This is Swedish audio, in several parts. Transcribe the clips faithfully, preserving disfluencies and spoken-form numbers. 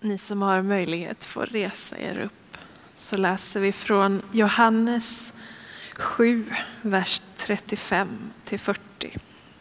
Ni som har möjlighet får resa er upp. Så läser vi från Johannes sju, vers trettiofem till fyrtio.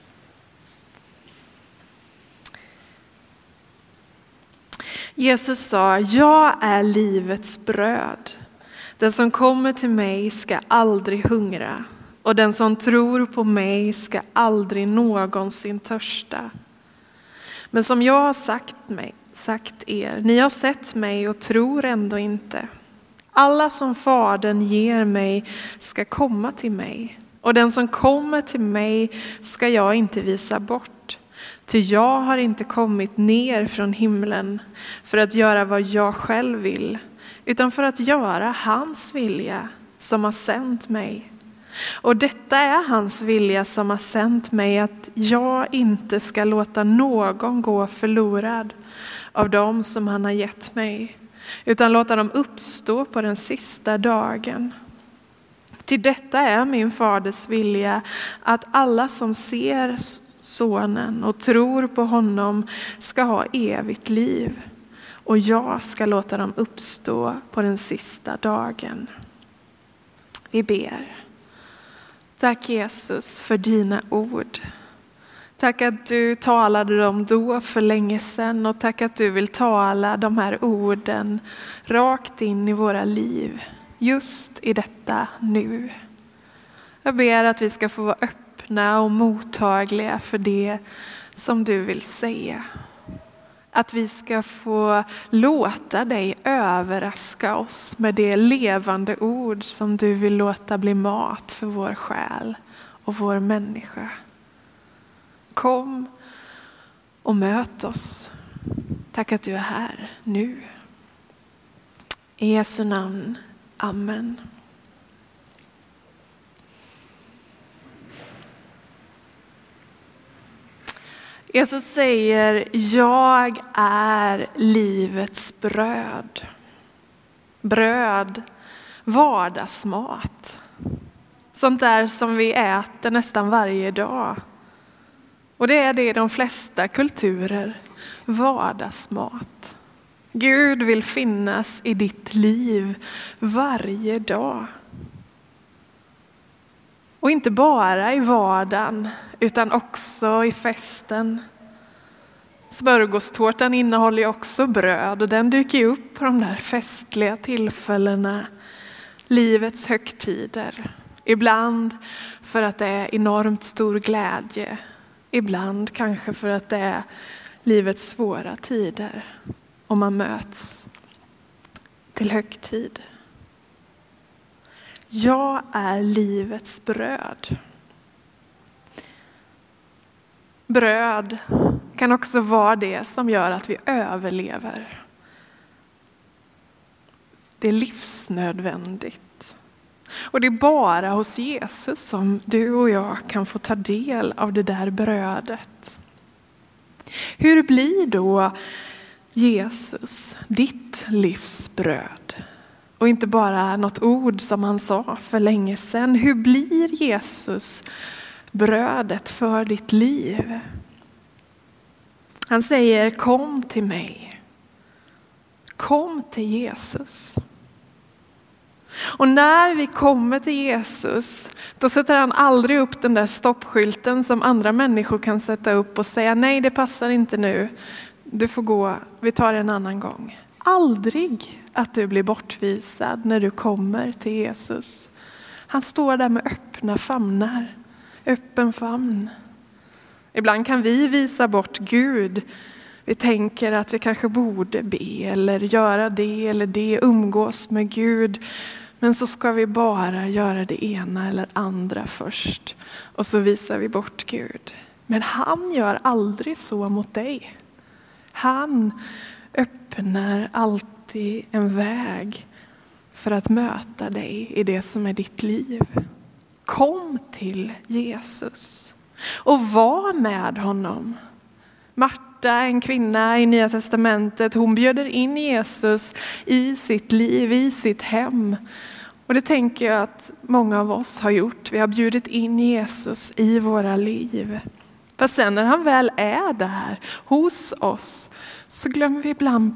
Jesus sa, jag är livets bröd. Den som kommer till mig ska aldrig hungra. Och den som tror på mig ska aldrig någonsin törsta. Men som jag har sagt mig, sagt er, ni har sett mig och tror ändå inte. Alla som Fadern ger mig ska komma till mig. Och den som kommer till mig ska jag inte visa bort. Ty jag har inte kommit ner från himlen för att göra vad jag själv vill, utan för att göra hans vilja som har sänt mig. Och detta är hans vilja som har sänt mig, att jag inte ska låta någon gå förlorad av dem som han har gett mig, utan låta dem uppstå på den sista dagen. Till detta är min faders vilja, att alla som ser sonen och tror på honom ska ha evigt liv, och jag ska låta dem uppstå på den sista dagen. Vi ber. Tack Jesus för dina ord. Tack att du talade dem då för länge sedan, och tack att du vill tala de här orden rakt in i våra liv just i detta nu. Jag ber att vi ska få vara öppna och mottagliga för det som du vill säga. Att vi ska få låta dig överraska oss med det levande ord som du vill låta bli mat för vår själ och vår människa. Kom och möt oss. Tack att du är här nu. I Jesu namn. Amen. Jesus säger, jag är livets bröd. Bröd, vardagsmat. Sånt där som vi äter nästan varje dag. Och det är det i de flesta kulturer, vardagsmat. Gud vill finnas i ditt liv varje dag. Och inte bara i vardagen, utan också i festen. Smörgåstårtan innehåller ju också bröd, och den dyker ju upp på de där festliga tillfällena. Livets högtider. Ibland för att det är enormt stor glädje. Ibland kanske för att det är livets svåra tider. Och man möts till högtid. Jag är livets bröd. Bröd kan också vara det som gör att vi överlever. Det är livsnödvändigt. Och det är bara hos Jesus som du och jag kan få ta del av det där brödet. Hur blir då Jesus ditt livsbröd? Och inte bara något ord som han sa för länge sedan. Hur blir Jesus brödet för ditt liv? Han säger, kom till mig. Kom till Jesus. Och när vi kommer till Jesus, då sätter han aldrig upp den där stoppskylten som andra människor kan sätta upp och säga, nej det passar inte nu. Du får gå, vi tar det en annan gång. Aldrig att du blir bortvisad när du kommer till Jesus. Han står där med öppna famnar, öppen famn. Ibland kan vi visa bort Gud. Vi tänker att vi kanske borde be eller göra det eller det, umgås med Gud. Men så ska vi bara göra det ena eller andra först. Och så visar vi bort Gud. Men han gör aldrig så mot dig. Han öppnar alltid en väg för att möta dig i det som är ditt liv. Kom till Jesus och var med honom. Marta, en kvinna i Nya testamentet, hon bjuder in Jesus i sitt liv, i sitt hem. Och det tänker jag att många av oss har gjort. Vi har bjudit in Jesus i våra liv. Fast sen när han väl är där hos oss så glömmer vi ibland bort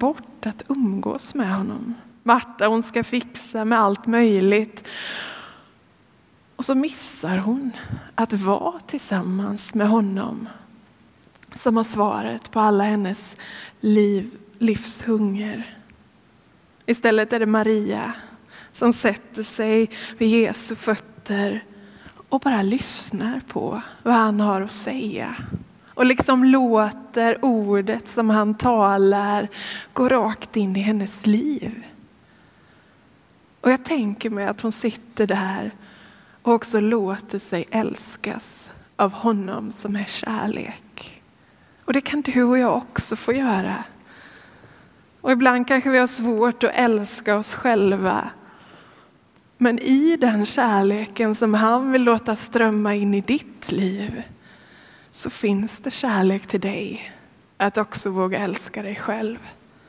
svårt att umgås med honom. Marta, hon ska fixa med allt möjligt. Och så missar hon att vara tillsammans med honom som har svaret på alla hennes liv, livs hunger. Istället är det Maria som sätter sig vid Jesu fötter och bara lyssnar på vad han har att säga. Och liksom låter ordet som han talar gå rakt in i hennes liv. Och jag tänker mig att hon sitter där och också låter sig älskas av honom som är kärlek. Och det kan du och jag också få göra. Och ibland kanske vi har svårt att älska oss själva. Men i den kärleken som han vill låta strömma in i ditt liv, så finns det kärlek till dig att också våga älska dig själv.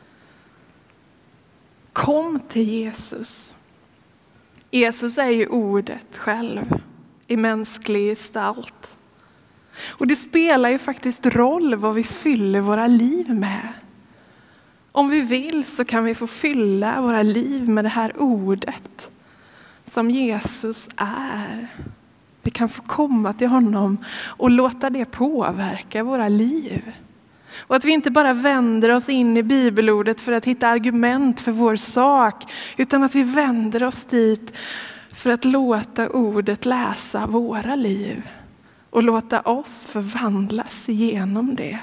Kom till Jesus. Jesus är ju ordet själv i mänsklig gestalt. Och det spelar ju faktiskt roll vad vi fyller våra liv med. Om vi vill så kan vi få fylla våra liv med det här ordet som Jesus är. Vi kan få komma till honom och låta det påverka våra liv. Och att vi inte bara vänder oss in i bibelordet för att hitta argument för vår sak, utan att vi vänder oss dit för att låta ordet läsa våra liv och låta oss förvandlas igenom det.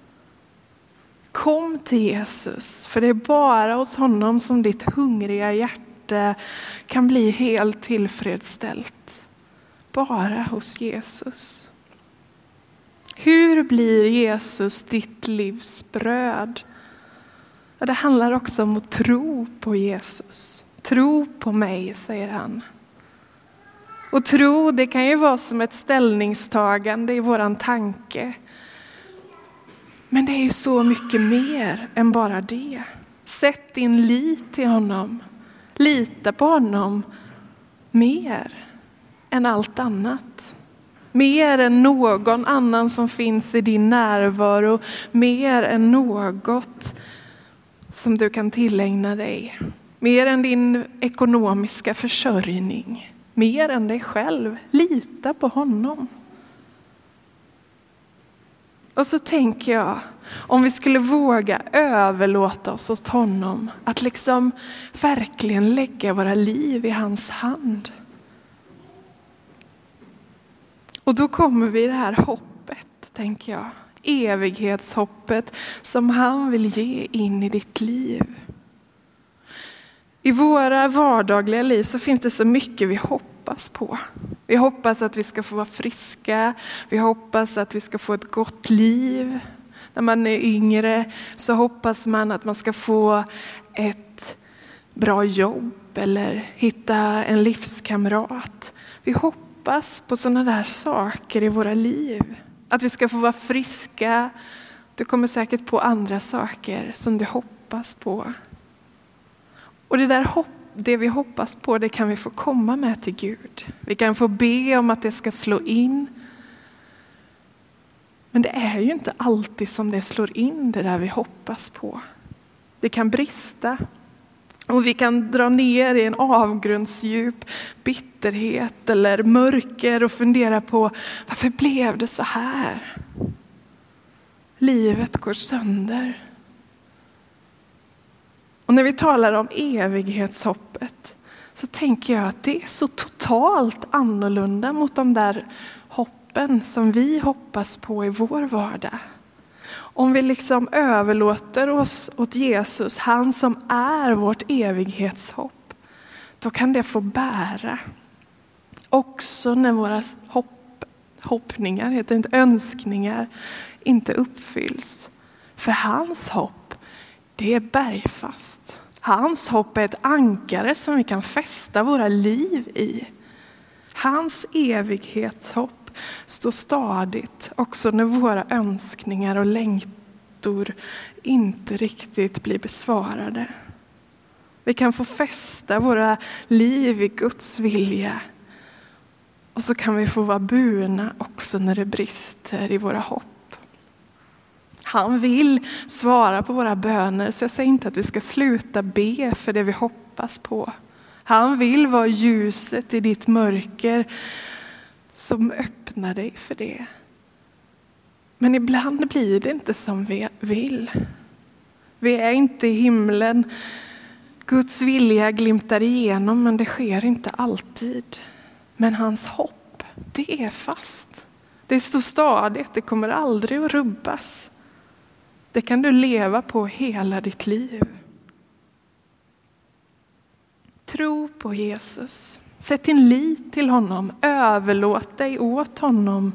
Kom till Jesus, för det är bara hos honom som ditt hungriga hjärta kan bli helt tillfredsställt. Bara hos Jesus. Hur blir Jesus ditt livs bröd? Ja, det handlar också om att tro på Jesus. Tro på mig, säger han. Och tro, det kan ju vara som ett ställningstagande i våran tanke. Men det är ju så mycket mer än bara det. Sätt din lit till honom. Lita på honom mer än allt annat. Mer än någon annan som finns i din närvaro. Mer än något som du kan tillägna dig. Mer än din ekonomiska försörjning. Mer än dig själv. Lita på honom. Och så tänker jag, om vi skulle våga överlåta oss åt honom. Att liksom verkligen lägga våra liv i hans hand. Och då kommer vi i det här hoppet, tänker jag. Evighetshoppet som han vill ge in i ditt liv. I våra vardagliga liv så finns det så mycket vi hoppas på. Vi hoppas att vi ska få vara friska. Vi hoppas att vi ska få ett gott liv. När man är yngre så hoppas man att man ska få ett bra jobb eller hitta en livskamrat. Vi hoppas på sådana där saker i våra liv. Att vi ska få vara friska. Du kommer säkert på andra saker som du hoppas på. Och det där hopp, det vi hoppas på, det kan vi få komma med till Gud. Vi kan få be om att det ska slå in. Men det är ju inte alltid som det slår in, det där vi hoppas på. Det kan brista. Och vi kan dra ner i en avgrundsdjup bitterhet eller mörker och fundera på varför blev det så här? Livet går sönder. Och när vi talar om evighetshoppet så tänker jag att det är så totalt annorlunda mot de där hoppen som vi hoppas på i vår vardag. Om vi liksom överlåter oss åt Jesus, han som är vårt evighetshopp, då kan det få bära. Också när våra hopp, hoppningar, heter inte önskningar, inte uppfylls. För hans hopp, det är bergfast. Hans hopp är ett ankare som vi kan fästa våra liv i. Hans evighetshopp står stadigt också när våra önskningar och längtor inte riktigt blir besvarade. Vi kan få fästa våra liv i Guds vilja. Och så kan vi få vara burna också när det brister i våra hopp. Han vill svara på våra böner, så jag säger inte att vi ska sluta be för det vi hoppas på. Han vill vara ljuset i ditt mörker som öppnar dig för det. Men ibland blir det inte som vi vill. Vi är inte i himlen. Guds vilja glimtar igenom, men det sker inte alltid. Men hans hopp, det är fast. Det står stadigt, det kommer aldrig att rubbas. Det kan du leva på hela ditt liv. Tro på Jesus. Sätt din lit till honom. Överlåt dig åt honom.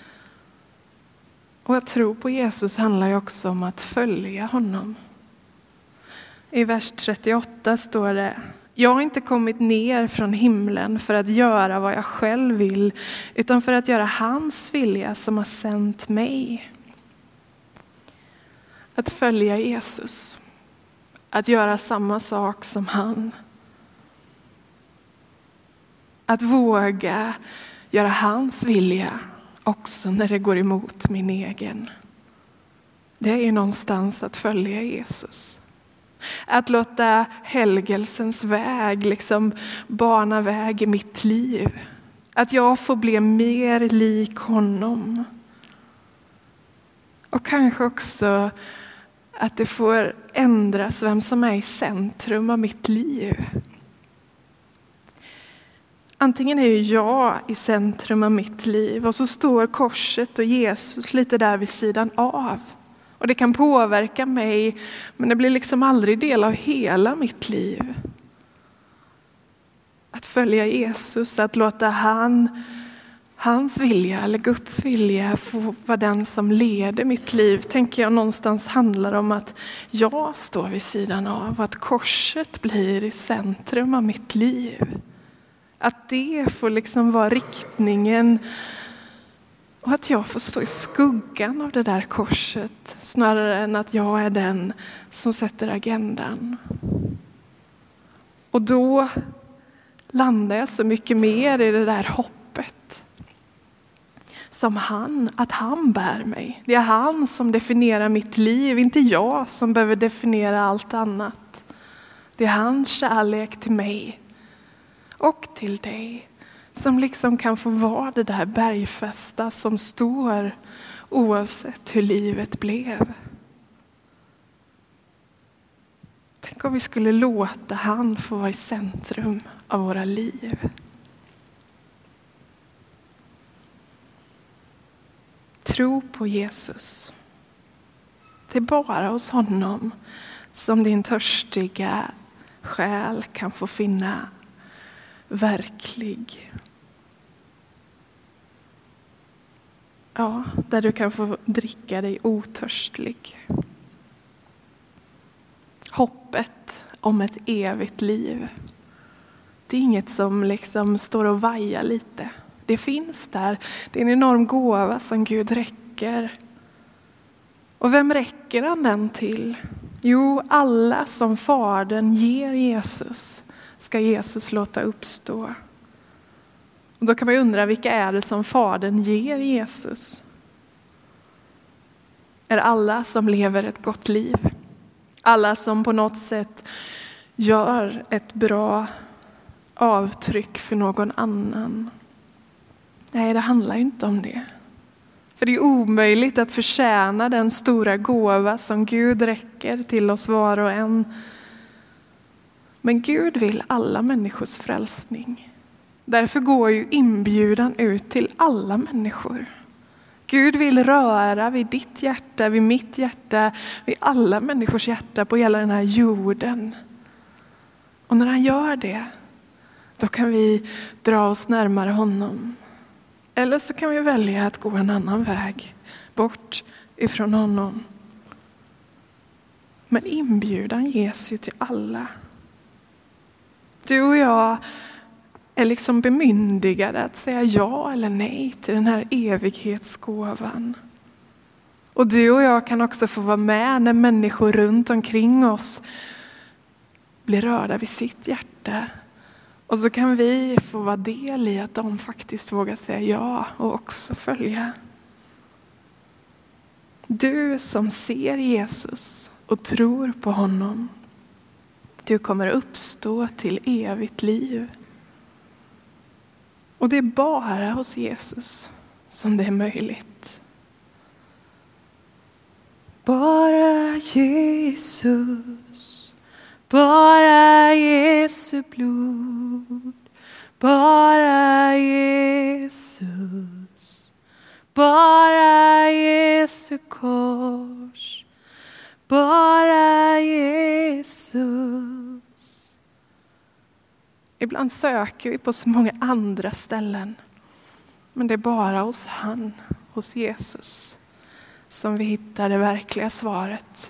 Och att tro på Jesus handlar ju också om att följa honom. I vers trettioåtta står det: jag har inte kommit ner från himlen för att göra vad jag själv vill, utan för att göra hans vilja som har sänt mig. Att följa Jesus. Att göra samma sak som han. Att våga göra hans vilja också när det går emot min egen. Det är ju någonstans att följa Jesus. Att låta helgelsens väg liksom bana väg i mitt liv. Att jag får bli mer lik honom. Och kanske också att det får ändras vem som är i centrum av mitt liv. Antingen är ju jag i centrum av mitt liv och så står korset och Jesus lite där vid sidan av. Och det kan påverka mig, men det blir liksom aldrig del av hela mitt liv. Att följa Jesus, att låta han, hans vilja eller Guds vilja få vara den som leder mitt liv, tänker jag någonstans handlar om att jag står vid sidan av, att korset blir i centrum av mitt liv. Att det får liksom vara riktningen och att jag får stå i skuggan av det där korset snarare än att jag är den som sätter agendan. Och då landar jag så mycket mer i det där hoppet som han, att han bär mig. Det är han som definierar mitt liv, inte jag som behöver definiera allt annat. Det är hans kärlek till mig och till dig som liksom kan få vara det där bergfästa som står oavsett hur livet blev. Tänk om vi skulle låta han få vara i centrum av våra liv. Tro på Jesus. Det är bara hos honom som din törstiga själ kan få finna verklig. Ja, där du kan få dricka dig otörstlig. Hoppet om ett evigt liv. Det är inget som liksom står och vajar lite. Det finns där. Det är en enorm gåva som Gud räcker. Och vem räcker han den till? Jo, alla som Fadern ger Jesus ska Jesus låta uppstå. Och då kan man undra, vilka är det som Fadern ger Jesus? Är det alla som lever ett gott liv? Alla som på något sätt gör ett bra avtryck för någon annan? Nej, det handlar inte om det. För det är omöjligt att förtjäna den stora gåva som Gud räcker till oss var och en. Men Gud vill alla människors frälsning. Därför går ju inbjudan ut till alla människor. Gud vill röra vid ditt hjärta, vid mitt hjärta, vid alla människors hjärta på hela den här jorden. Och när han gör det, då kan vi dra oss närmare honom. Eller så kan vi välja att gå en annan väg, bort ifrån honom. Men inbjudan ges ju till alla. Du och jag är liksom bemyndigade att säga ja eller nej till den här evighetsgåvan. Och du och jag kan också få vara med när människor runt omkring oss blir rörda vid sitt hjärta. Och så kan vi få vara del i att de faktiskt vågar säga ja och också följa. Du som ser Jesus och tror på honom, du kommer uppstå till evigt liv. Och det är bara hos Jesus som det är möjligt. Bara Jesus, bara Jesu blod, bara Jesus, bara Jesu kors, bara Jesus. Ibland söker vi på så många andra ställen, men det är bara hos han, hos Jesus, som vi hittar det verkliga svaret.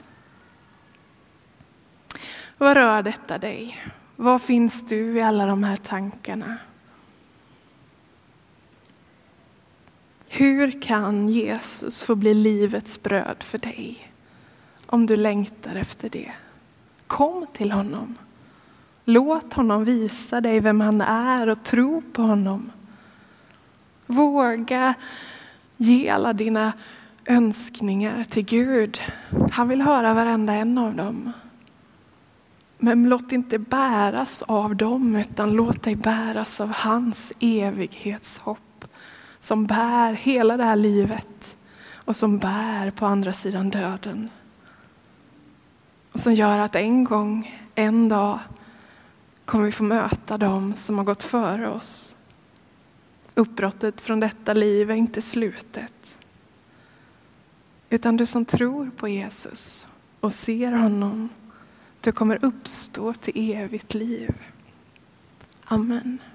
Vad rör detta dig? Var finns du i alla de här tankarna? Hur kan Jesus få bli livets bröd för dig om du längtar efter det? Kom till honom. Låt honom visa dig vem han är och tro på honom. Våga ge alla dina önskningar till Gud. Han vill höra varenda en av dem. Men låt inte bäras av dem, utan låt dig bäras av hans evighetshopp som bär hela det här livet och som bär på andra sidan döden. Och som gör att en gång, en dag kommer vi få möta dem som har gått före oss. Uppbrottet från detta liv är inte slutet. Utan du som tror på Jesus och ser honom, du kommer uppstå till evigt liv. Amen.